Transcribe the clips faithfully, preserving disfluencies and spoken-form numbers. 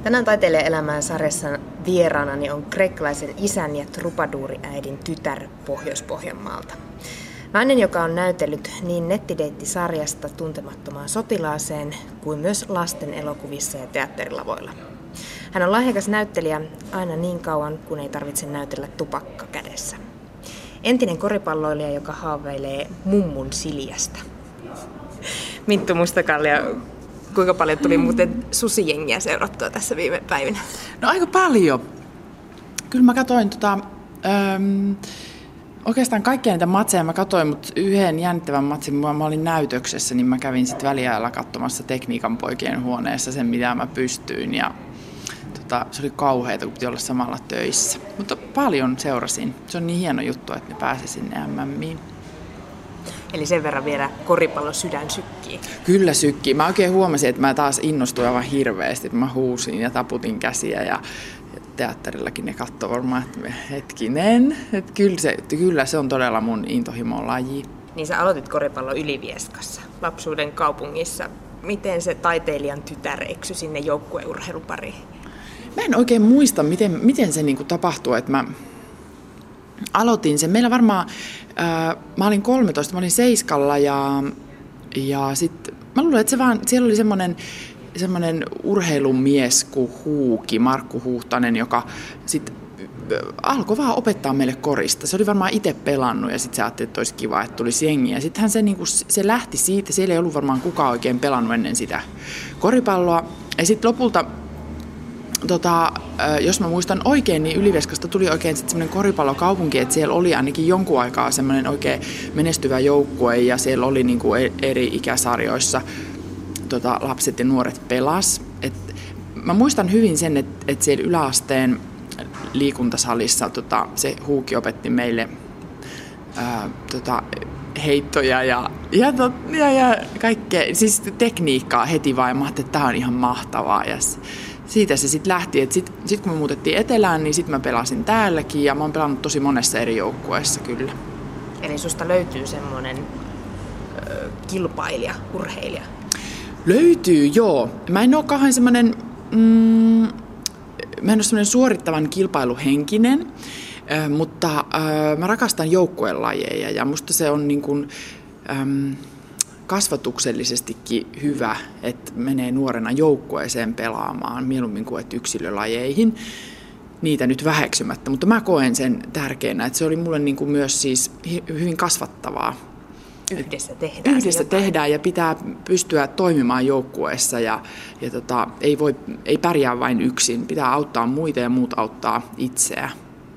Tänään Taiteilijaelämään sarjassa vieraanani on kreikkalaisen isän ja trubaduuriäidin tytär Pohjois-Pohjanmaalta. Nainen, joka on näytellyt niin nettideittisarjasta Tuntemattomaan sotilaaseen kuin myös lasten elokuvissa ja teatterilavoilla. Hän on lahjakas näyttelijä aina niin kauan, kun ei tarvitse näytellä tupakka kädessä. Entinen koripalloilija, joka haaveilee mummun Siljasta. Minttu Mustakallio, kuinka paljon tuli muuten susijengiä seurattua tässä viime päivinä? No aika paljon. Kyllä mä katsoin tota, ähm, oikeastaan kaikkia niitä matseja mä katsoin, mutta yhden jännittävän matsin, mä, mä olin näytöksessä, niin mä kävin sitten väliajalla katsomassa tekniikan poikien huoneessa sen, mitä mä pystyin. Ja tota, se oli kauheata, kun piti olla samalla töissä. Mutta paljon seurasin. Se on niin hieno juttu, että ne pääsi sinne M M:iin. Eli sen verran vielä koripallo sydän sykkii. Kyllä sykkii. Mä oikein huomasin, että mä taas innostuin aivan hirveästi. Mä huusin ja taputin käsiä ja teatterillakin ne katsoi varmaan, että hetkinen. Että kyllä, se, kyllä se on todella mun intohimon laji. Niin sä aloitit koripallo Ylivieskassa, lapsuuden kaupungissa. Miten se taiteilijan tytär eksyi sinne joukkueurheilupariin? Mä en oikein muista, miten, miten se niinku tapahtui, että mä aloitin sen. Meillä varmaan, äh, mä olin kolmetoista, mä olin Seiskalla ja, ja sitten mä luulen, että se vaan, siellä oli semmoinen semmoinen urheilumies kuin Huuki, Markku Huhtanen, joka sitten alkoi vaan opettaa meille korista. Se oli varmaan itse pelannut ja sitten se ajatteli, että olisi kiva, että tulisi jengiä. Sittenhän se, niinku, se lähti siitä, siellä ei ollut varmaan kukaan oikein pelannut ennen sitä koripalloa. Ja sitten lopulta, tota, jos mä muistan oikein, niin Ylivieskasta tuli oikein semmoinen koripallokaupunki, että siellä oli ainakin jonkun aikaa semmoinen oikein menestyvä joukkue ja siellä oli niinku eri ikäsarjoissa tota, lapset ja nuoret pelas. Et mä muistan hyvin sen, että et siellä yläasteen liikuntasalissa tota, se Huuki opetti meille ää, tota, heittoja ja, ja, tot, ja, ja kaikkea, siis tekniikkaa heti vaan. Ja mä ajattelin, että tää on ihan mahtavaa. Ja siitä se sitten lähti. Sitten sit kun me muutettiin etelään, niin sitten mä pelasin täälläkin ja mä oon pelannut tosi monessa eri joukkueessa kyllä. Eli susta löytyy semmoinen ö, kilpailija, urheilija? Löytyy, joo. Mä en ole kauhean semmoinen, mm, mä en ole semmoinen suorittavan kilpailuhenkinen, äh, mutta äh, mä rakastan joukkuelajeja ja musta se on niin kuin, ähm, kasvatuksellisestikin hyvä, että menee nuorena joukkueeseen pelaamaan mieluummin kuin että yksilölajeihin. Niitä nyt väheksymättä, mutta mä koen sen tärkeänä, että se oli mulle niin kuin myös siis hyvin kasvattavaa. Yhdessä tehdään. Yhdessä tehdään ja pitää pystyä toimimaan joukkueessa ja, ja tota, ei, voi, ei pärjää vain yksin. Pitää auttaa muita ja muut auttaa itseä.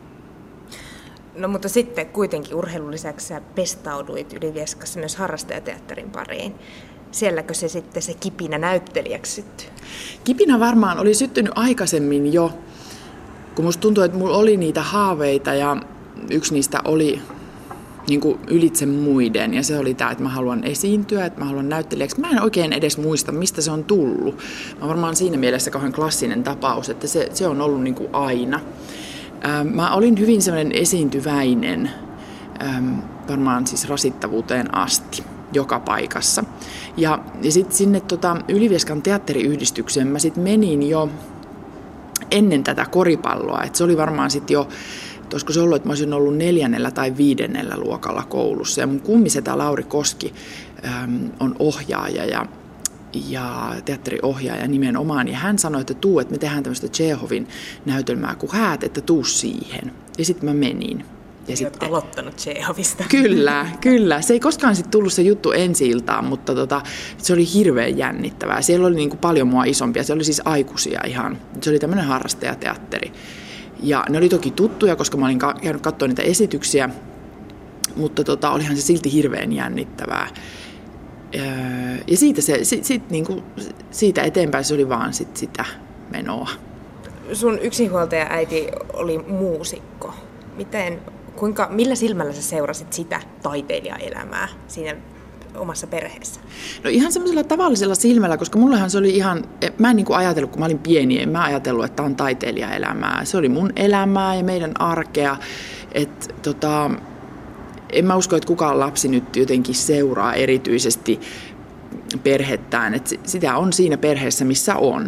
No mutta sitten kuitenkin urheilun lisäksi sä pestauduit Ylivieskassa myös harrastajateatterin pariin. Sielläkö se sitten se kipinä näyttelijäksi syttyi? Kipinä varmaan oli syttynyt aikaisemmin jo, kun musta tuntui, että mulla oli niitä haaveita ja yksi niistä oli niin kuin ylitse muiden. Ja se oli tämä, että mä haluan esiintyä, että mä haluan näyttelijäksi. Mä en oikein edes muista, mistä se on tullut. Mä varmaan siinä mielessä kauhean klassinen tapaus, että se, se on ollut niin kuin aina. Ähm, mä olin hyvin sellainen esiintyväinen, ähm, varmaan siis rasittavuuteen asti, joka paikassa. Ja, ja sitten sinne tota, Ylivieskan teatteriyhdistykseen mä sitten menin jo ennen tätä koripalloa. Et se oli varmaan sitten jo, olisiko se ollut, että mä olisin ollut neljännellä tai viidennellä luokalla koulussa. Ja mun kummisetä Lauri Koski äm, on ohjaaja ja, ja teatteriohjaaja nimenomaan. Ja hän sanoi, että tuu, että me tehdään tämmöistä Tšehovin näytelmää kuin häät, että tuu siihen. Ja sitten mä menin. Ja sitten aloittanut Tšehovista. Kyllä, kyllä. Se ei koskaan sitten tullut se juttu ensi-iltaan, mutta tota, se oli hirveän jännittävää. Siellä oli niin kuin paljon mua isompia. Se oli siis aikuisia ihan. Se oli tämmöinen harrastajateatteri. Ja ne oli toki tuttuja, koska mä olin käynyt katsoa niitä esityksiä, mutta tota, olihan se silti hirveän jännittävää. Ja siitä, se, sit, sit, niin kuin, siitä eteenpäin se oli vaan sit sitä menoa. Sun yksinhuoltaja äiti oli muusikko. Miten, kuinka, millä silmällä sä seurasit sitä taiteilijaelämää siinä omassa perheessä? No ihan semmoisella tavallisella silmällä, koska mullehan se oli ihan, mä en niin kuin ajatellut, kun mä olin pieni, en mä ajatellut, että tämä on taiteilijaelämää. Se oli mun elämää ja meidän arkea. Et, tota, en mä usko, että kukaan lapsi nyt jotenkin seuraa erityisesti perhettään. Et sitä on siinä perheessä, missä on.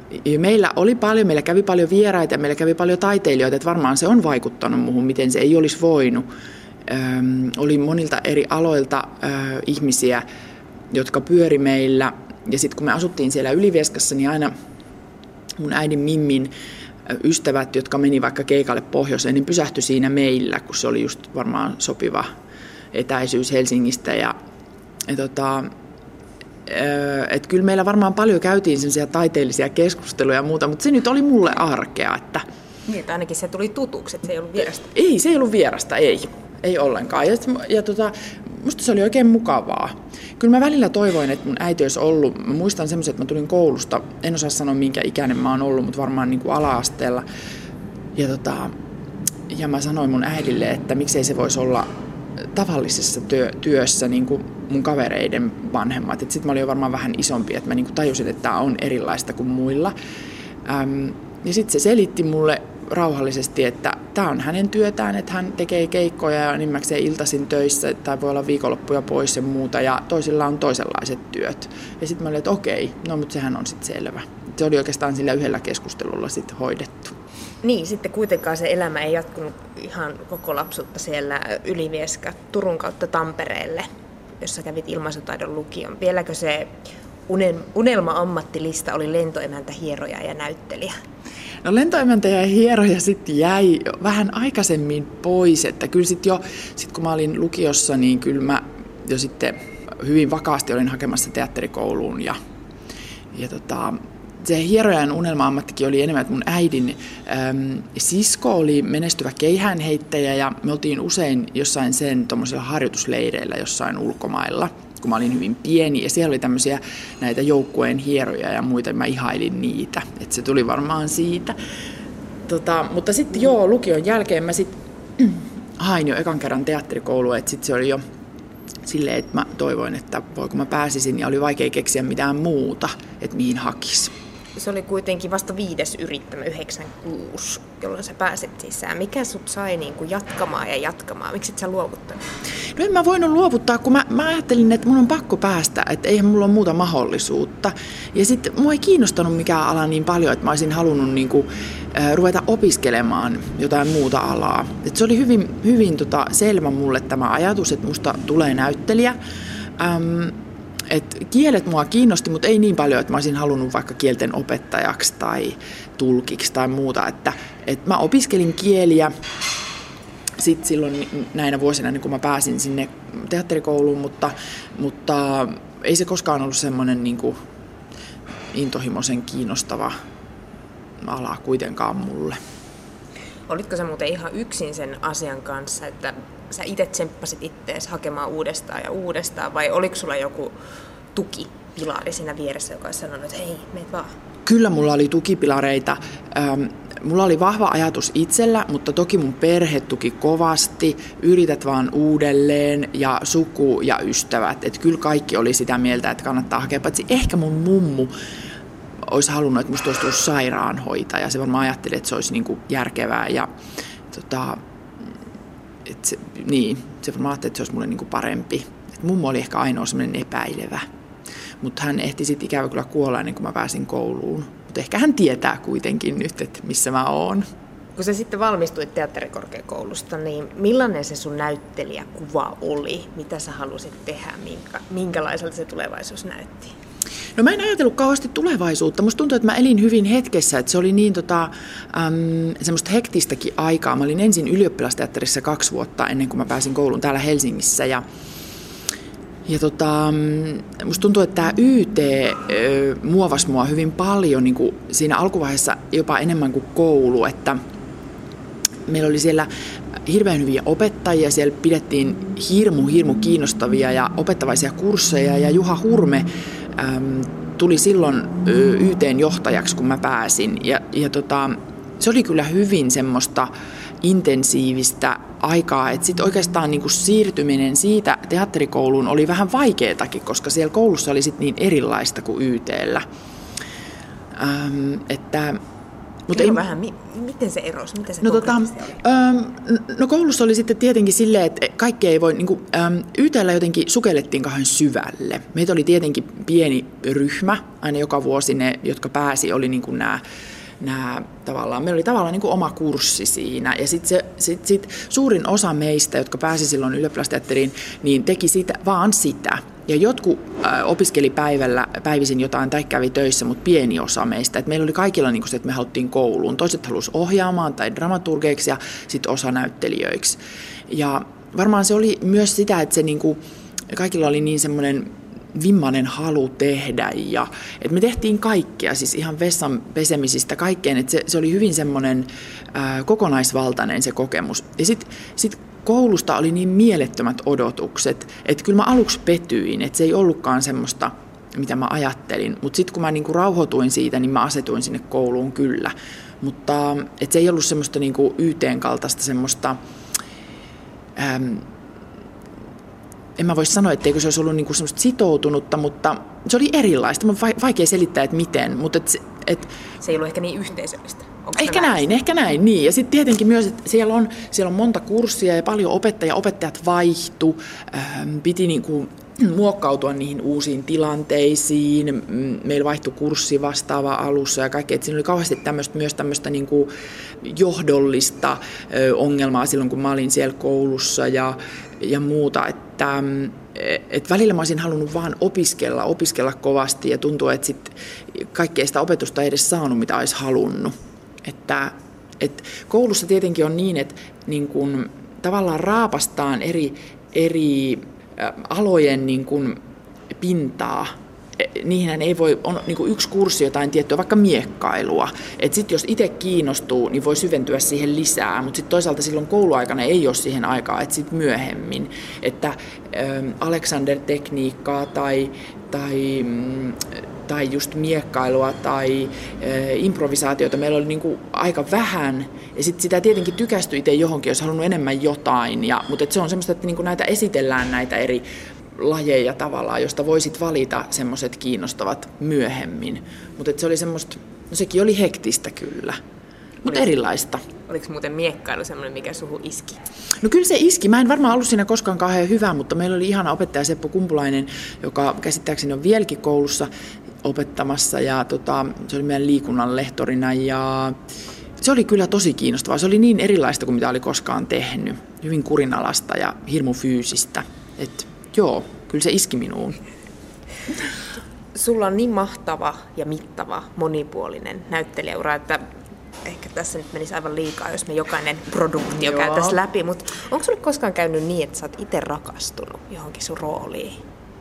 meillä oli paljon, meillä kävi paljon vieraita ja meillä kävi paljon taiteilijoita, että varmaan se on vaikuttanut muuhun, miten se ei olisi voinut. Öm, oli monilta eri aloilta ö, ihmisiä, jotka pyöri meillä. Ja sitten kun me asuttiin siellä Ylivieskassa, niin aina mun äidin Mimmin ystävät, jotka meni vaikka keikalle pohjoiseen, niin pysähtyi siinä meillä, kun se oli just varmaan sopiva etäisyys Helsingistä. Ja, ja tota, että kyllä meillä varmaan paljon käytiin sellaisia taiteellisia keskusteluja ja muuta, mutta se nyt oli mulle arkea. Että niin, että ainakin se tuli tutuksi, että se ei ollut vierasta. Ei, se ei ollut vierasta, ei. Ei ollenkaan. Ja, ja tota, musta se oli oikein mukavaa. Kyllä mä välillä toivoin, että mun äiti olisi ollut. Mä muistan semmoisen, että mä tulin koulusta. En osaa sanoa, minkä ikäinen mä oon ollut, mutta varmaan niin kuin ala-asteella. Ja, tota, ja mä sanoin mun äidille, että miksei se voisi olla tavallisessa työ, työssä niin kuin mun kavereiden vanhemmat. Sitten mä olin jo varmaan vähän isompi, että mä niin kuin tajusin, että tämä on erilaista kuin muilla. Ähm, ja sitten se selitti mulle rauhallisesti, että tämä on hänen työtään, että hän tekee keikkoja ja enimmäkseen iltaisin töissä tai voi olla viikonloppuja pois ja muuta ja toisilla on toisenlaiset työt. Ja sitten mä olin, että okei, no mutta sehän on sitten selvä. Se oli oikeastaan sillä yhdellä keskustelulla sitten hoidettu. Niin, sitten kuitenkaan se elämä ei jatkunut ihan koko lapsuutta siellä Ylivieska Turun kautta Tampereelle, jossa kävit ilmaisutaidon lukion. Vieläkö se unelma-ammattilista oli lentoemäntä, hieroja ja näyttelijä? No lentoemäntä ja hieroja sitten jäi vähän aikaisemmin pois, että kyllä sitten jo, sit kun mä olin lukiossa, niin kyllä mä jo sitten hyvin vakaasti olin hakemassa teatterikouluun ja, ja tota, se hierojan unelma-ammattikin oli enemmän, että mun äidin äm, sisko oli menestyvä keihäänheittäjä ja me oltiin usein jossain sen tuommoisilla harjoitusleireillä jossain ulkomailla, kun mä olin hyvin pieni ja siellä oli tämmöisiä näitä joukkueen hieroja ja muita, mä ihailin niitä, että se tuli varmaan siitä. Tota, mutta sitten joo, lukion jälkeen mä sitten hain jo ekan kerran teatterikoulua, että sitten se oli jo silleen, että mä toivoin, että voiko mä pääsisin ja oli vaikea keksiä mitään muuta, että mihin hakisi. Se oli kuitenkin vasta viides yrittämä yhdeksänkymmentäkuusi, jolloin sä pääsit sisään. Mikä sut sai niin kuin jatkamaan ja jatkamaan? Miksi et sä luovuttanut? No en mä voinut luovuttaa, kun mä, mä ajattelin, että mun on pakko päästä, että eihän mulla ole muuta mahdollisuutta. Ja sitten mua ei kiinnostanut mikään ala niin paljon, että mä olisin halunnut niin kuin, äh, ruveta opiskelemaan jotain muuta alaa. Et se oli hyvin, hyvin tota, selvä mulle tämä ajatus, että musta tulee näyttelijä. Ähm, Et kielet mua kiinnosti, mutta ei niin paljon, että mä olisin halunnut vaikka kielten opettajaksi tai tulkiksi tai muuta. Että, että mä opiskelin kieliä sitten silloin näinä vuosina, niin kun mä pääsin sinne teatterikouluun, mutta, mutta ei se koskaan ollut semmoinen niin kuin intohimoisen kiinnostava ala kuitenkaan mulle. Olitko sä muuten ihan yksin sen asian kanssa, että sä itse tsemppasit ittees hakemaan uudestaan ja uudestaan, vai oliko sulla joku tukipilari siinä vieressä, joka olisi sanonut, että hei, meet vaan? Kyllä mulla oli tukipilareita. Ähm, mulla oli vahva ajatus itsellä, mutta toki mun perhe tuki kovasti, yrität vaan uudelleen ja suku ja ystävät. Että kyllä kaikki oli sitä mieltä, että kannattaa hakea, paitsi ehkä mun mummu olisi halunnut, että musta olisi tullut sairaanhoitaja. Se varmaan ajatteli, että se olisi niin kuin järkevää ja tota, et se, niin, se varmaan ajatteli, että se olisi mulle niin kuin parempi. Et mummo oli ehkä ainoa semmoinen epäilevä. Mutta hän ehti sitten ikävä kyllä kuolla ennen kuin mä pääsin kouluun. Mutta ehkä hän tietää kuitenkin nyt, että missä mä oon. Kun sä sitten valmistuit teatterikorkeakoulusta, niin millainen se sun näyttelijäkuva oli? Mitä sä halusit tehdä? Minkä, minkälaiselta se tulevaisuus näytti? No mä en ajatellut kauheasti tulevaisuutta. Musta tuntuu, että mä elin hyvin hetkessä, että se oli niin tota, äm, semmoista hektistäkin aikaa. Mä olin ensin ylioppilasteatterissa kaksi vuotta ennen kuin mä pääsin kouluun täällä Helsingissä. Ja, ja tota, musta tuntuu, että tämä Y T ö, muovasi mua hyvin paljon niin kuin siinä alkuvaiheessa jopa enemmän kuin koulu. Että meillä oli siellä hirveän hyviä opettajia, siellä pidettiin hirmu, hirmu kiinnostavia ja opettavaisia kursseja ja Juha Hurme äm, tuli silloin Y T:n johtajaksi, kun mä pääsin. Ja, ja tota, se oli kyllä hyvin semmoista intensiivistä aikaa, että sitten oikeastaan niinku siirtyminen siitä teatterikouluun oli vähän vaikeatakin, koska siellä koulussa oli sit niin erilaista kuin Y T:llä. Ähm, että Kerro ei, vähän, mi- miten se erosi, miten se no, tota, oli? No koulussa oli sitten tietenkin silleen, että kaikki ei voi, niin kuin, Y T:llä jotenkin sukellettiin kauhean syvälle. Meitä oli tietenkin pieni ryhmä, aina joka vuosi ne, jotka pääsi, oli niin kuin nämä, nämä tavallaan, meillä oli tavallaan niin kuin oma kurssi siinä. Ja sitten sit, sit suurin osa meistä, jotka pääsi silloin ylioppilasteatteriin, niin teki sitä, vaan sitä. Ja jotkut äh, opiskeli päivällä, päivisin jotain tai kävi töissä, mutta pieni osa meistä. Et meillä oli kaikilla niin kuin se, että me haluttiin kouluun. Toiset halusi ohjaamaan tai dramaturgeiksi ja sitten osa näyttelijöiksi. Ja varmaan se oli myös sitä, että se niin kuin, kaikilla oli niin semmoinen vimmainen halu tehdä. Ja, että me tehtiin kaikkea, siis ihan vessan pesemisistä kaikkeen. Että se, se oli hyvin semmoinen äh, kokonaisvaltainen se kokemus. Ja sitten sit koulusta oli niin mielettömät odotukset, että kyllä mä aluksi petyin, että se ei ollutkaan semmoista, mitä mä ajattelin. Mutta sitten kun mä niinku rauhoituin siitä, niin mä asetuin sinne kouluun kyllä. Mutta et se ei ollut semmoista niinku Y T:n kaltaista semmoista, äm, en mä voi sanoa, etteikö se olisi ollut niinku semmoista sitoutunutta, mutta se oli erilaista. Mun on vaikea selittää, että miten. Mutta et, et, se ei ollut ehkä niin yhteisöllistä. Ehkä näin, näin, ehkä näin, niin. Ja sitten tietenkin myös, että siellä on, siellä on monta kurssia ja paljon opettajia, opettajat vaihtu, ähm, piti niinku muokkautua niihin uusiin tilanteisiin, meillä vaihtui kurssi vastaava alussa ja kaikkea, että siinä oli kauheasti tämmöistä, myös tämmöistä niinku johdollista ö, ongelmaa silloin, kun mä olin siellä koulussa ja, ja muuta, että et välillä mä olisin halunnut vaan opiskella, opiskella kovasti ja tuntuu, että sit kaikkea sitä opetusta ei edes saanut, mitä olisi halunnut. Että, et koulussa tietenkin on niin, että niin kun tavallaan raapastaan eri, eri alojen niin kun pintaa. Niihinhän ei voi, on niin kuin yksi kurssi jotain tiettyä, vaikka miekkailua. Että sitten jos itse kiinnostuu, niin voi syventyä siihen lisää, mutta sitten toisaalta silloin kouluaikana ei ole siihen aikaa, että sitten myöhemmin. Että ähm, Alexander-tekniikkaa tai, tai, mm, tai just miekkailua tai äh, improvisaatiota meillä oli niin kuin aika vähän. Ja sitten sitä tietenkin tykästyi itse johonkin, jos halunnut enemmän jotain. Ja, mutta et se on semmoista, että niin kuin näitä esitellään näitä eri lajeja tavallaan, josta voisit valita semmoiset kiinnostavat myöhemmin. Mutta se oli semmoista, no sekin oli hektistä kyllä, mutta erilaista. Oliko muuten miekkailu semmoinen, mikä suhu iski? No kyllä se iski. Mä en varmaan ollut siinä koskaan kauhean hyvä, mutta meillä oli ihana opettaja Seppo Kumpulainen, joka käsittääkseni on vieläkin koulussa opettamassa ja tota, se oli meidän liikunnan lehtorina ja se oli kyllä tosi kiinnostavaa. Se oli niin erilaista kuin mitä oli koskaan tehnyt. Hyvin kurinalaista ja hirmu fyysistä. Et joo, kyllä se iski minuun. Sulla on niin mahtava ja mittava, monipuolinen näyttelijäura, että ehkä tässä nyt menisi aivan liikaa, jos me jokainen produktio käytäisiin läpi. Mutta onko sulle koskaan käynyt niin, että sä oot itse rakastunut johonkin sun rooliin?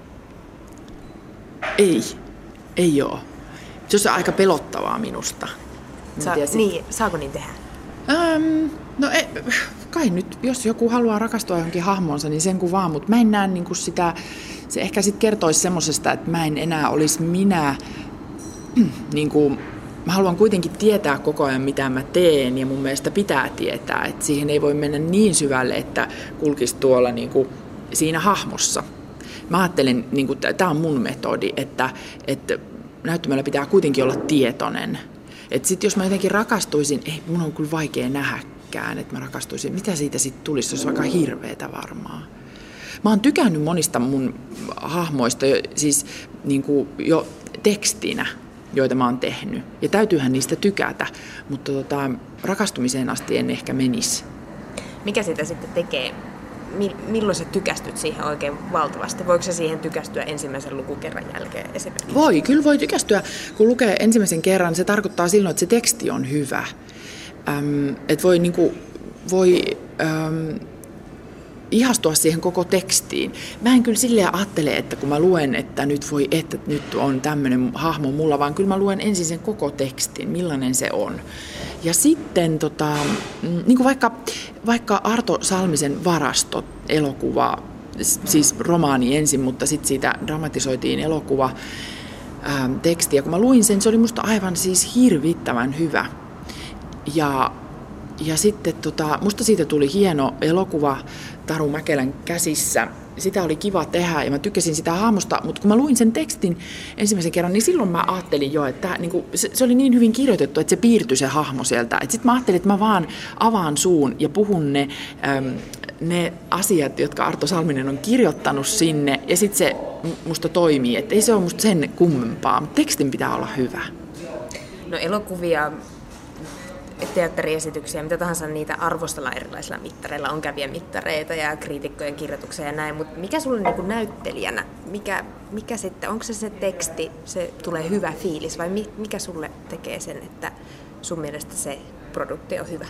Ei, ei oo. Se on aika pelottavaa minusta. Sa- niin, saako niin tehdä? Ähm, no ei, kai nyt, jos joku haluaa rakastua johonkin hahmonsa, niin sen kuin vaan, mutta mä en näe niin kuin sitä, se ehkä sitten kertoisi semmosesta, että mä en enää olisi minä, niin kuin, mä haluan kuitenkin tietää koko ajan, mitä mä teen, ja mun mielestä pitää tietää, että siihen ei voi mennä niin syvälle, että kulkisi tuolla niin kuin siinä hahmossa. Mä ajattelen, niin kuin, tämä on mun metodi, että, että näyttämällä pitää kuitenkin olla tietoinen. Että sitten jos mä jotenkin rakastuisin, ei, mun on kyllä vaikea nähdäkään, että mä rakastuisin. Mitä siitä sitten tulisi, se olisi aika hirveetä varmaan. Mä oon tykännyt monista mun hahmoista jo, siis niin kuin jo tekstinä, joita mä oon tehnyt. Ja täytyyhän niistä tykätä, mutta tota, rakastumiseen asti en ehkä menisi. Mikä sitä sitten tekee? Milloin sä tykästyt siihen oikein valtavasti? Voiko sä siihen tykästyä ensimmäisen lukukerran jälkeen esimerkiksi? Voi, kyllä voi tykästyä. Kun lukee ensimmäisen kerran, se tarkoittaa silloin, että se teksti on hyvä. Ähm, että voi, niinku, voi ähm, ihastua siihen koko tekstiin. Mä en kyllä silleen ajattele, että kun mä luen, että nyt voi, että nyt on tämmöinen hahmo mulla, vaan kyllä mä luen ensin sen koko tekstin, millainen se on. Ja sitten tota, niin kuin vaikka, vaikka Arto Salmisen Varasto-elokuva, siis romaani ensin, mutta sitten siitä dramatisoitiin elokuva ää, teksti. Ja kun mä luin sen, se oli musta aivan siis hirvittävän hyvä. Ja, ja sitten tota, musta siitä tuli hieno elokuva Taru Mäkelän käsissä. sitä oli kiva tehdä ja mä tykkäsin sitä hahmosta, mutta kun mä luin sen tekstin ensimmäisen kerran, niin silloin mä ajattelin jo, että niin kuin, se, se oli niin hyvin kirjoitettu, että se piirtyi se hahmo sieltä. Sitten mä ajattelin, että mä vaan avaan suun ja puhun ne, äm, ne asiat, jotka Arto Salminen on kirjoittanut sinne, ja sitten se musta toimii. Että ei se ole musta sen kummempaa, mutta tekstin pitää olla hyvä. No elokuvia, teatteriesityksiä, mitä tahansa niitä arvostellaan erilaisilla mittareilla, on kävijämittareita ja kriitikkojen kirjoituksia ja näin, mutta mikä sulle niin kuin näyttelijänä, mikä, mikä sitten, onko se se teksti, se tulee hyvä fiilis vai mikä sulle tekee sen, että sun mielestä se produkti on hyvä?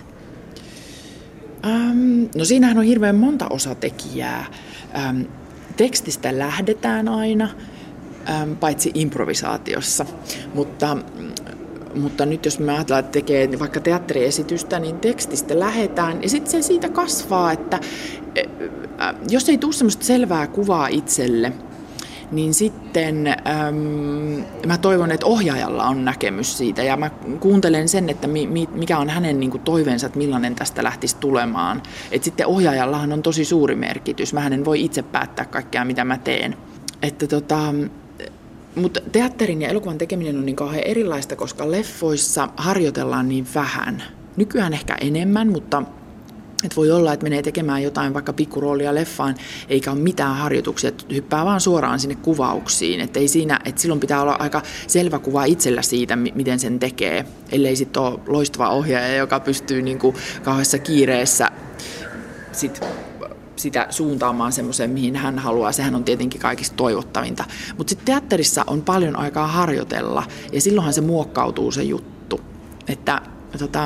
Ähm, no siinähän on hirveän monta osatekijää. Ähm, tekstistä lähdetään aina, ähm, paitsi improvisaatiossa, mutta Mutta nyt jos me ajatellaan, että tekee vaikka teatteriesitystä, niin tekstistä lähdetään ja sitten se siitä kasvaa, että jos ei tule semmoista selvää kuvaa itselle, niin sitten äm, mä toivon, että ohjaajalla on näkemys siitä ja mä kuuntelen sen, että mi, mi, mikä on hänen niin kuin toiveensa, että millainen tästä lähtisi tulemaan. Et sitten ohjaajallahan on tosi suuri merkitys. Mähän en voi itse päättää kaikkea, mitä mä teen. Että tota... Mutta teatterin ja elokuvan tekeminen on niin kauhean erilaista, koska leffoissa harjoitellaan niin vähän. Nykyään ehkä enemmän, mutta et voi olla, että menee tekemään jotain vaikka pikkuroolia leffaan, eikä ole mitään harjoituksia, että hyppää vaan suoraan sinne kuvauksiin. Et ei siinä, et silloin pitää olla aika selvä kuva itsellä siitä, miten sen tekee, ellei sitten ole loistava ohjaaja, joka pystyy niin kuin kauheassa kiireessä sit sitä suuntaamaan semmoiseen, mihin hän haluaa. Sehän on tietenkin kaikista toivottavinta. Mutta sitten teatterissa on paljon aikaa harjoitella, ja silloinhan se muokkautuu se juttu. Että tota,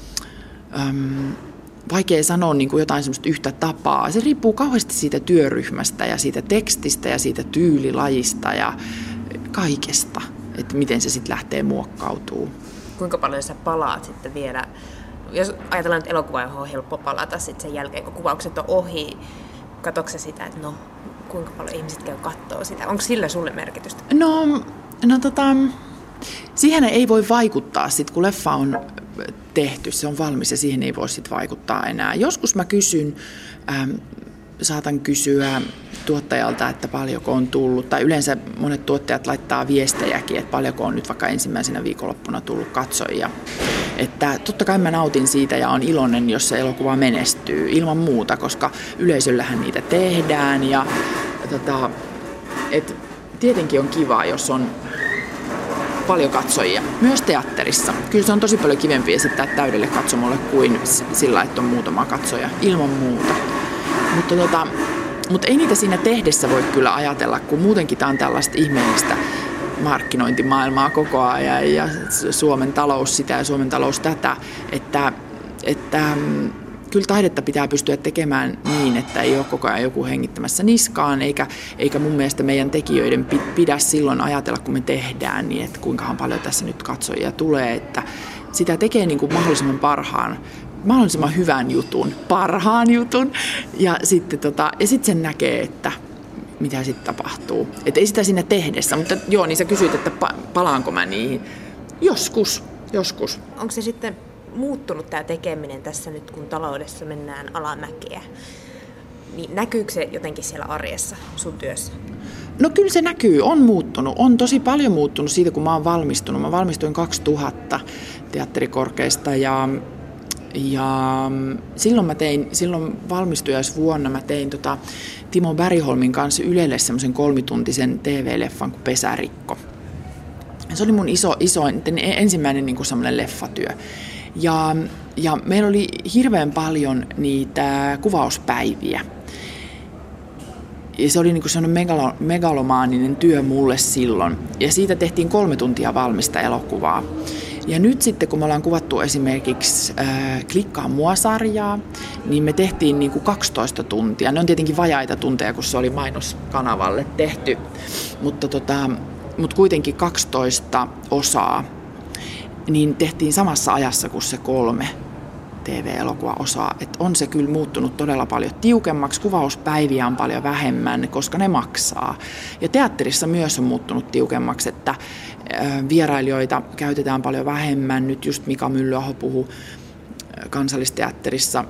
äm, vaikea sanoa niin kuin jotain semmoista yhtä tapaa. Se riippuu kauheasti siitä työryhmästä ja siitä tekstistä ja siitä tyylilajista ja kaikesta, että miten se sitten lähtee muokkautuu. Kuinka paljon sä palaat sitten vielä? Jos ajatellaan, että elokuva, johon on helppo palata sitten sen jälkeen, kun kuvaukset on ohi, katsotko sitä, että no, kuinka paljon ihmiset käy kattoo sitä? Onko sillä sulle merkitystä? No, no tota, siihen ei voi vaikuttaa sit, kun leffa on tehty, se on valmis ja siihen ei voi sit vaikuttaa enää. Joskus mä kysyn, ähm, saatan kysyä tuottajalta, että paljonko on tullut, tai yleensä monet tuottajat laittaa viestejäkin, että paljonko on nyt vaikka ensimmäisenä viikonloppuna tullut katsojia. Että totta kai mä nautin siitä ja on iloinen, jos se elokuva menestyy ilman muuta, koska yleisöllähän niitä tehdään ja tota, et tietenkin on kiva, jos on paljon katsojia, myös teatterissa. Kyllä se on tosi paljon kivempi esittää täydelle katsomolle kuin sillä, että on muutama katsoja, ilman muuta. Mutta tota, mutta ei niitä siinä tehdessä voi kyllä ajatella, kun muutenkin tämä on tällaista ihmeellistä markkinointimaailmaa koko ajan ja Suomen talous sitä ja Suomen talous tätä, että, että kyllä taidetta pitää pystyä tekemään niin, että ei ole koko ajan joku hengittämässä niskaan, eikä, eikä mun mielestä meidän tekijöiden pidä silloin ajatella, kun me tehdään, niin että kuinkahan paljon tässä nyt katsojia tulee, että sitä tekee niin kuin mahdollisimman parhaan, mahdollisimman hyvän jutun, parhaan jutun, ja sitten tota, ja sit sen näkee, että mitä sitten tapahtuu. Että ei sitä siinä tehdessä, mutta joo, niin sä kysyit, että palaanko mä niihin. Joskus, joskus. Onko se sitten muuttunut tämä tekeminen tässä nyt, kun taloudessa mennään alamäkeä? Niin näkyykö se jotenkin siellä arjessa, sun työssä? No kyllä se näkyy, on muuttunut. On tosi paljon muuttunut siitä, kun mä oon valmistunut. Mä valmistuin kaksituhatta teatterikorkeasta ja Ja silloin mä tein, silloin valmistujaisvuonna mä tein tota Timo Bergholmin kanssa Ylelle semmoisen kolmituntisen T V-leffan kuin Pesärikko. Se oli mun iso, iso ensimmäinen niin kuin semmoinen leffatyö. Ja, ja meillä oli hirveän paljon niitä kuvauspäiviä. Ja se oli niin kuin semmoinen megalo, megalomaaninen työ mulle silloin. Ja siitä tehtiin kolme tuntia valmista elokuvaa. Ja nyt sitten, kun me ollaan kuvattu esimerkiksi äh, Klikkaa mua-sarjaa, niin me tehtiin niin kuin kaksitoista tuntia. Ne on tietenkin vajaita tunteja, kun se oli mainoskanavalle tehty, mutta, tota, mutta kuitenkin kaksitoista osaa, niin tehtiin samassa ajassa kuin se kolme T V-elokuva-osaa. Et on se kyllä muuttunut todella paljon tiukemmaksi, kuvauspäiviä on paljon vähemmän, koska ne maksaa. Ja teatterissa myös on muuttunut tiukemmaksi, että vierailijoita käytetään paljon vähemmän. Nyt just Mika Myllyaho puhui Kansallisteatterissa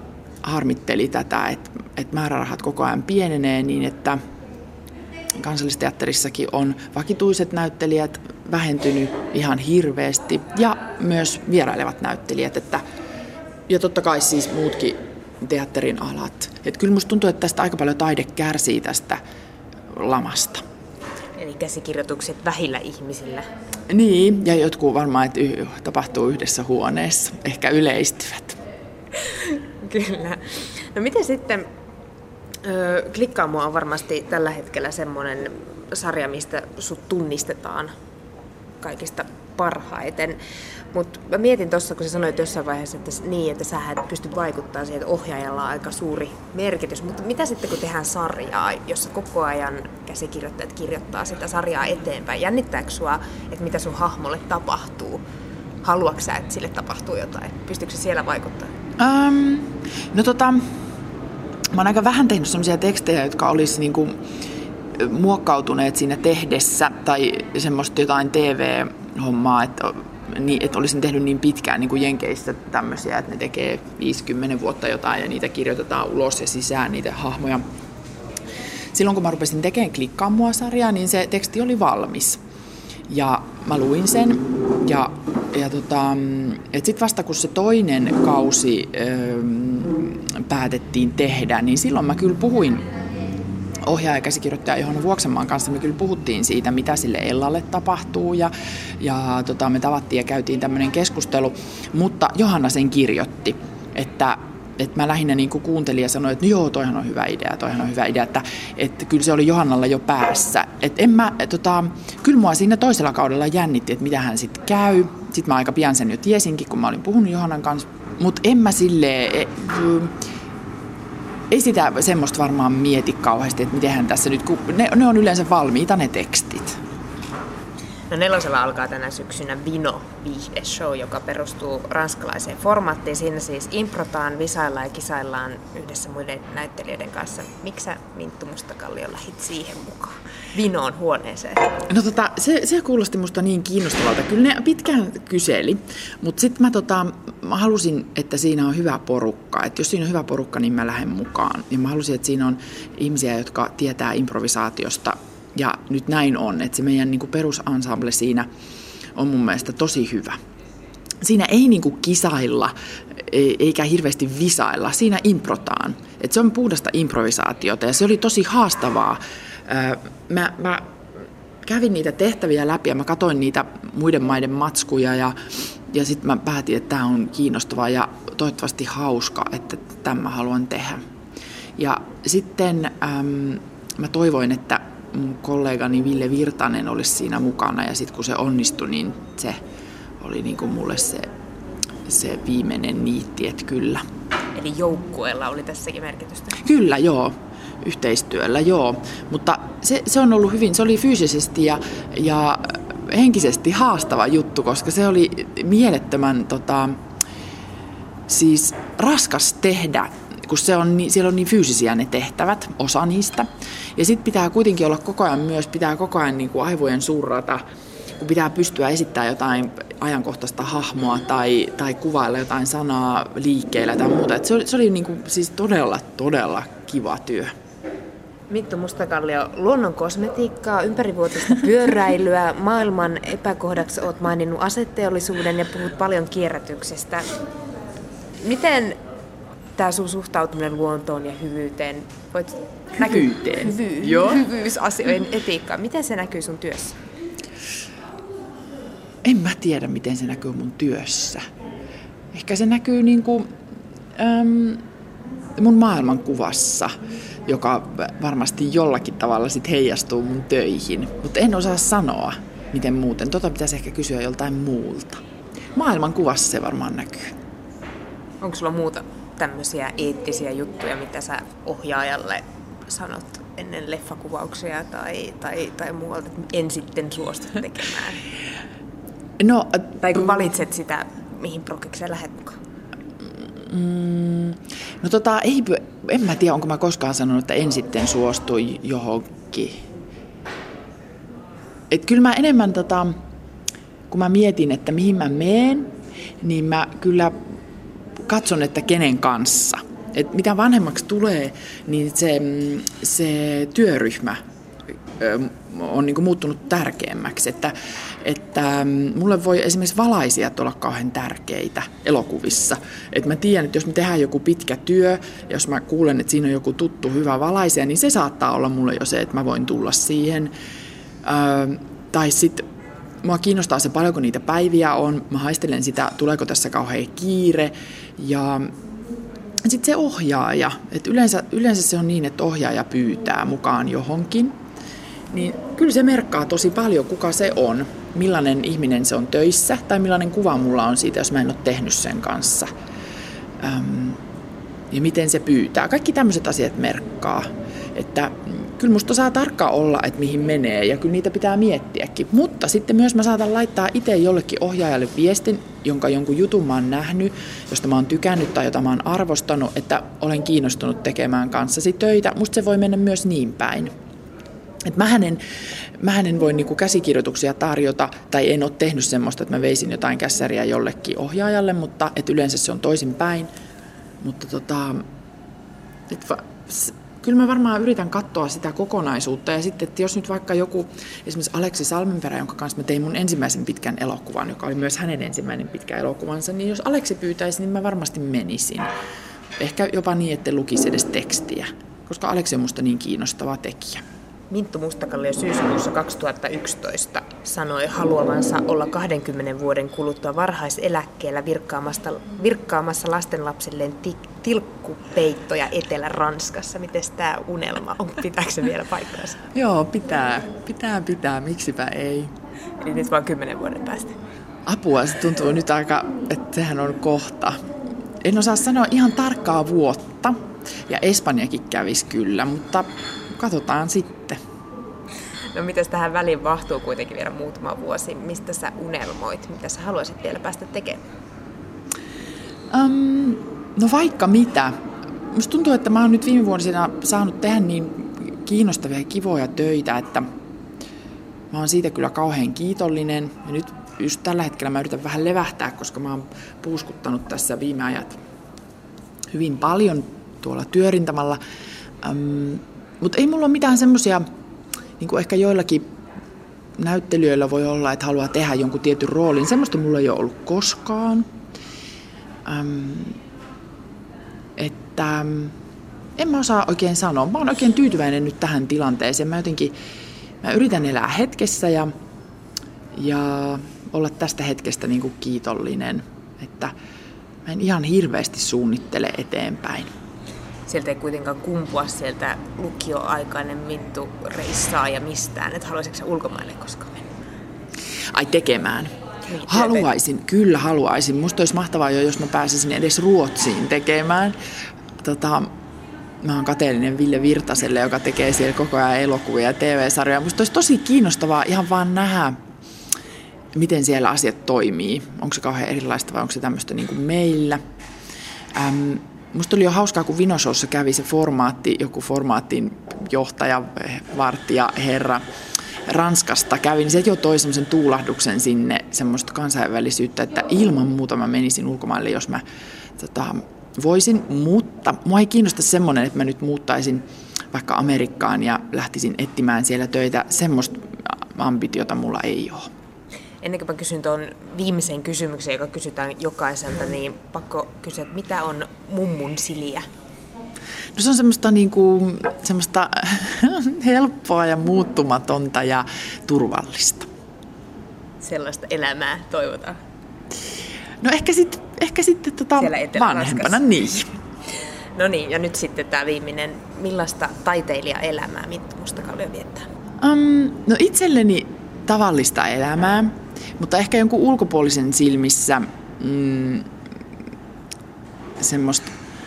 harmitteli tätä, että, että määrärahat koko ajan pienenee niin, että Kansallisteatterissakin on vakituiset näyttelijät vähentynyt ihan hirveästi ja myös vierailevat näyttelijät, että, ja totta kai siis muutkin teatterin alat. Että kyllä musta tuntuu, että tästä aika paljon taide kärsii tästä lamasta. Eli käsikirjoitukset vähillä ihmisillä. Niin, ja jotkut varmaan, että y- tapahtuu yhdessä huoneessa, ehkä yleistyvät. Kyllä. No miten sitten, öö, Klikkaamo on varmasti tällä hetkellä semmoinen sarja, mistä sut tunnistetaan kaikista parhaiten. Mutta mä mietin tuossa, kun sä sanoit jossain vaiheessa, että niin, että sä et pysty vaikuttamaan siihen, että ohjaajalla on aika suuri merkitys. Mutta mitä sitten, kun tehdään sarjaa, jossa koko ajan käsikirjoittajat kirjoittaa sitä sarjaa eteenpäin? Jännittääkö sua, että mitä sun hahmolle tapahtuu? Haluatko sä, että sille tapahtuu jotain? Pystyykö se siellä vaikuttamaan? Um, no tota, mä oon aika vähän tehnyt sellaisia tekstejä, jotka olisi niinku muokkautuneet siinä tehdessä tai semmoista jotain T V-hommaa, että, niin, että olisin tehnyt niin pitkään niin kuin Jenkeissä tämmöisiä, että ne tekee viisikymmentä vuotta jotain ja niitä kirjoitetaan ulos ja sisään niitä hahmoja. Silloin kun mä rupesin tekemään Klikkaamoa-sarjaa, niin se teksti oli valmis. Ja mä luin sen ja, ja tota, sitten vasta kun se toinen kausi öö, päätettiin tehdä, niin silloin mä kyllä puhuin ohjaaja ja käsikirjoittaja Johanna Vuoksenmaan kanssa, me kyllä puhuttiin siitä, mitä sille Ellalle tapahtuu ja, ja tota, me tavattiin ja käytiin tämmöinen keskustelu, mutta Johanna sen kirjoitti, että, että mä lähinnä niin kuin kuuntelin ja sanoin, että no joo, toihan on hyvä idea, toihan on hyvä idea, että, että kyllä se oli Johannalla jo päässä. Että en mä, tota, kyllä mua siinä toisella kaudella jännitti, että mitä hän sitten käy. Sitten mä aika pian sen jo tiesinkin, kun mä olin puhunut Johannan kanssa, mutta en mä silleen... Ei sitä semmoista varmaan mieti kauheasti, että mitenhän tässä nyt, kun ne, ne on yleensä valmiita ne tekstit. No nelosella alkaa tänä syksynä Vino viihdeshow, joka perustuu ranskalaiseen formaattiin. Siinä siis improtaan, visaillaan ja kisaillaan yhdessä muiden näyttelijöiden kanssa. Miksi sä, Minttu Mustakallio, lähit siihen mukaan Vinoon huoneeseen? No tota, se, se kuulosti musta niin kiinnostavalta. Kyllä ne pitkään kyseli, mutta sitten mä, tota, mä halusin, että siinä on hyvä porukka. Että jos siinä on hyvä porukka, niin mä lähden mukaan. Ja mä halusin, että siinä on ihmisiä, jotka tietää improvisaatiosta. Ja nyt näin on, että se meidän niin kuin perusensemble siinä on mun mielestä tosi hyvä. Siinä ei niin kuin kisailla eikä hirveästi visailla, siinä improtaan. Että se on puhdasta improvisaatiota ja se oli tosi haastavaa. Mä, mä kävin niitä tehtäviä läpi ja mä katsoin niitä muiden maiden matskuja ja, ja sitten mä päätin, että tämä on kiinnostavaa ja toivottavasti hauska, että tämän mä haluan tehdä. Ja sitten äm, mä toivoin, että mun kollegani Ville Virtanen olisi siinä mukana ja sitten kun se onnistui, niin se oli niin kuin mulle se, se viimeinen niitti, että kyllä. Eli joukkueella oli tässäkin merkitystä? Kyllä, joo. Yhteistyöllä, joo. Mutta se, se on ollut hyvin, se oli fyysisesti ja, ja henkisesti haastava juttu, koska se oli mielettömän tota, siis raskas tehdä, kun se on, siellä on niin fyysisiä ne tehtävät, osa niistä. Ja sitten pitää kuitenkin olla koko ajan myös, pitää koko ajan niin kuin aivojen surrata, kun pitää pystyä esittämään jotain ajankohtaista hahmoa tai, tai kuvailla jotain sanaa liikkeellä tai muuta. Et se oli, se oli niin kuin, siis todella, todella kiva työ. Minttu Mustakallio, luonnon kosmetiikkaa, ympärivuotista pyöräilyä, maailman epäkohdaksi olet maininnut aseteollisuuden ja puhut paljon kierrätyksestä. Miten tämä sun suhtautuminen luontoon ja hyvyyteen, voit hyvyyteen. Näky, hyvy, Joo. hyvyysasioiden etiikkaan, miten se näkyy sun työssä? En mä tiedä, miten se näkyy mun työssä. Ehkä se näkyy niin kuin, äm, mun maailmankuvassa, joka varmasti jollakin tavalla sit heijastuu mun töihin. Mutta en osaa sanoa, miten muuten. Tota pitäisi ehkä kysyä joltain muulta. Maailmankuvassa se varmaan näkyy. Onko sulla muuta tämmöisiä eettisiä juttuja, mitä sä ohjaajalle sanot ennen leffakuvauksia tai, tai, tai muualta, että en sitten suostu tekemään? No, tai kun valitset sitä, mihin projektiin lähdet mukaan? Mm, no tota, ei, en mä tiedä, onko mä koskaan sanonut, että en sitten suostu johonkin. Et kyllä mä enemmän, tota, kun mä mietin, että mihin mä meen, niin mä kyllä katson, että kenen kanssa. Et mitä vanhemmaksi tulee, niin se, se työryhmä on niin kuin muuttunut tärkeämmäksi. Että, että mulle voi esimerkiksi valaisijat olla kauhean tärkeitä elokuvissa. Et mä tiedän, että jos me tehdään joku pitkä työ, ja jos mä kuulen, että siinä on joku tuttu hyvä valaisija, niin se saattaa olla mulle jo se, että mä voin tulla siihen. Ö, tai sitten mua kiinnostaa se, paljonko niitä päiviä on. Mä haistelen sitä, tuleeko tässä kauhean kiire. Ja sitten se ohjaaja. Et yleensä, yleensä se on niin, että ohjaaja pyytää mukaan johonkin. Niin kyllä se merkkaa tosi paljon, kuka se on, millainen ihminen se on töissä tai millainen kuva mulla on siitä, jos mä en ole tehnyt sen kanssa. Öm, ja miten se pyytää. Kaikki tämmöiset asiat merkkaa. Että kyllä musta saa tarkkaan olla, että mihin menee ja kyllä niitä pitää miettiäkin. Mutta sitten myös mä saatan laittaa itse jollekin ohjaajalle viestin, jonka jonkun jutun mä oon nähnyt, josta mä oon tykännyt tai jota mä oon arvostanut, että olen kiinnostunut tekemään kanssasi töitä. Musta se voi mennä myös niin päin. Et mähän en, mähän en voi niinku käsikirjoituksia tarjota, tai en ole tehnyt semmoista, että mä veisin jotain kässäriä jollekin ohjaajalle, mutta et yleensä se on toisinpäin. Mutta tota, et va, s, kyllä mä varmaan yritän katsoa sitä kokonaisuutta. Ja sitten, että jos nyt vaikka joku, esimerkiksi Aleksi Salmenperä, jonka kanssa mä tein mun ensimmäisen pitkän elokuvan, joka oli myös hänen ensimmäinen pitkä elokuvansa, niin jos Aleksi pyytäisi, niin mä varmasti menisin. Ehkä jopa niin, että lukisi edes tekstiä, koska Aleksi on musta niin kiinnostava tekijä. Minttu Mustakallio syyskuussa kaksituhattayksitoista sanoi haluavansa olla kahdenkymmenen vuoden kuluttua varhaiseläkkeellä virkkaamassa, virkkaamassa lastenlapsilleen ti, tilkkupeittoja Etelä-Ranskassa. Miten tämä unelma on? Pitääkö se vielä paikkaansa? Joo, pitää. Pitää, pitää. Miksipä ei. Eli nyt vaan kymmenen vuoden päästä. Apua, se tuntuu nyt aika, että sehän on kohta. En osaa sanoa ihan tarkkaa vuotta. Ja Espanjakin kävisi kyllä, mutta katsotaan sitten. No mitäs tähän väliin mahtuu kuitenkin vielä muutama vuosi? Mistä sä unelmoit? Mitä sä haluaisit vielä päästä tekemään? Um, no vaikka mitä. Musta tuntuu, että mä oon nyt viime vuosina saanut tehdä niin kiinnostavia ja kivoja töitä, että mä oon siitä kyllä kauhean kiitollinen. Ja nyt just tällä hetkellä mä yritän vähän levähtää, koska mä oon puuskuttanut tässä viime ajat hyvin paljon tuolla työrintamalla. Um, Mutta ei mulla ole mitään semmoisia, niin kuin ehkä joillakin näyttelijöillä voi olla, että haluaa tehdä jonkun tietyn roolin. Semmoista mulla ei ole ollut koskaan. Ähm, että en mä osaa oikein sanoa. Mä oon oikein tyytyväinen nyt tähän tilanteeseen. Mä jotenkin, mä yritän elää hetkessä ja, ja olla tästä hetkestä niin kuin kiitollinen. Että mä en ihan hirveästi suunnittele eteenpäin. Sieltä ei kuitenkaan kumpua sieltä lukioaikainen Minttu reissaa ja mistään. Et haluaisitko sä ulkomaille koskaan mennä? Ai tekemään. Niin, haluaisin, kyllä haluaisin. Musta olisi mahtavaa jo, jos mä pääsisin edes Ruotsiin tekemään. Tota, mä oon kateellinen Ville Virtaselle, joka tekee siellä koko ajan elokuvia ja T V-sarjoja. Musta olisi tosi kiinnostavaa ihan vaan nähdä, miten siellä asiat toimii. Onko se kauhean erilaista vai onko se tämmöistä niin kuin meillä. Ähm, Musta oli jo hauskaa, kun Vinoshowssa kävi se formaatti, joku formaatin johtaja, vartija, herra Ranskasta kävi, niin se jo toi semmoisen tuulahduksen sinne, semmoista kansainvälisyyttä, että ilman muuta mä menisin ulkomaille, jos mä tota, voisin, mutta mua ei kiinnosta semmoinen, että mä nyt muuttaisin vaikka Amerikkaan ja lähtisin etsimään siellä töitä. Semmoista ambitiota mulla ei ole. Ennen kuin mä kysyn tuon viimeisen kysymyksen, joka kysytään jokaiselta, niin pakko kysyä, että mitä on mummun siliä? No se on semmoista, niin kuin, semmoista helppoa ja muuttumatonta ja turvallista. Sellaista elämää toivotaan. No ehkä sitten ehkä sitten tota vanhempana, niin. No niin, ja nyt sitten tämä viimeinen. Millaista taiteilijaelämää Minttu Mustakallio viettää? Um, no itselleni tavallista elämää, mutta ehkä jonkun ulkopuolisen silmissä mm, semmoista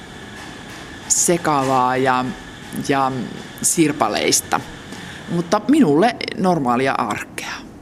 sekavaa ja, ja sirpaleista, mutta minulle normaalia arkea.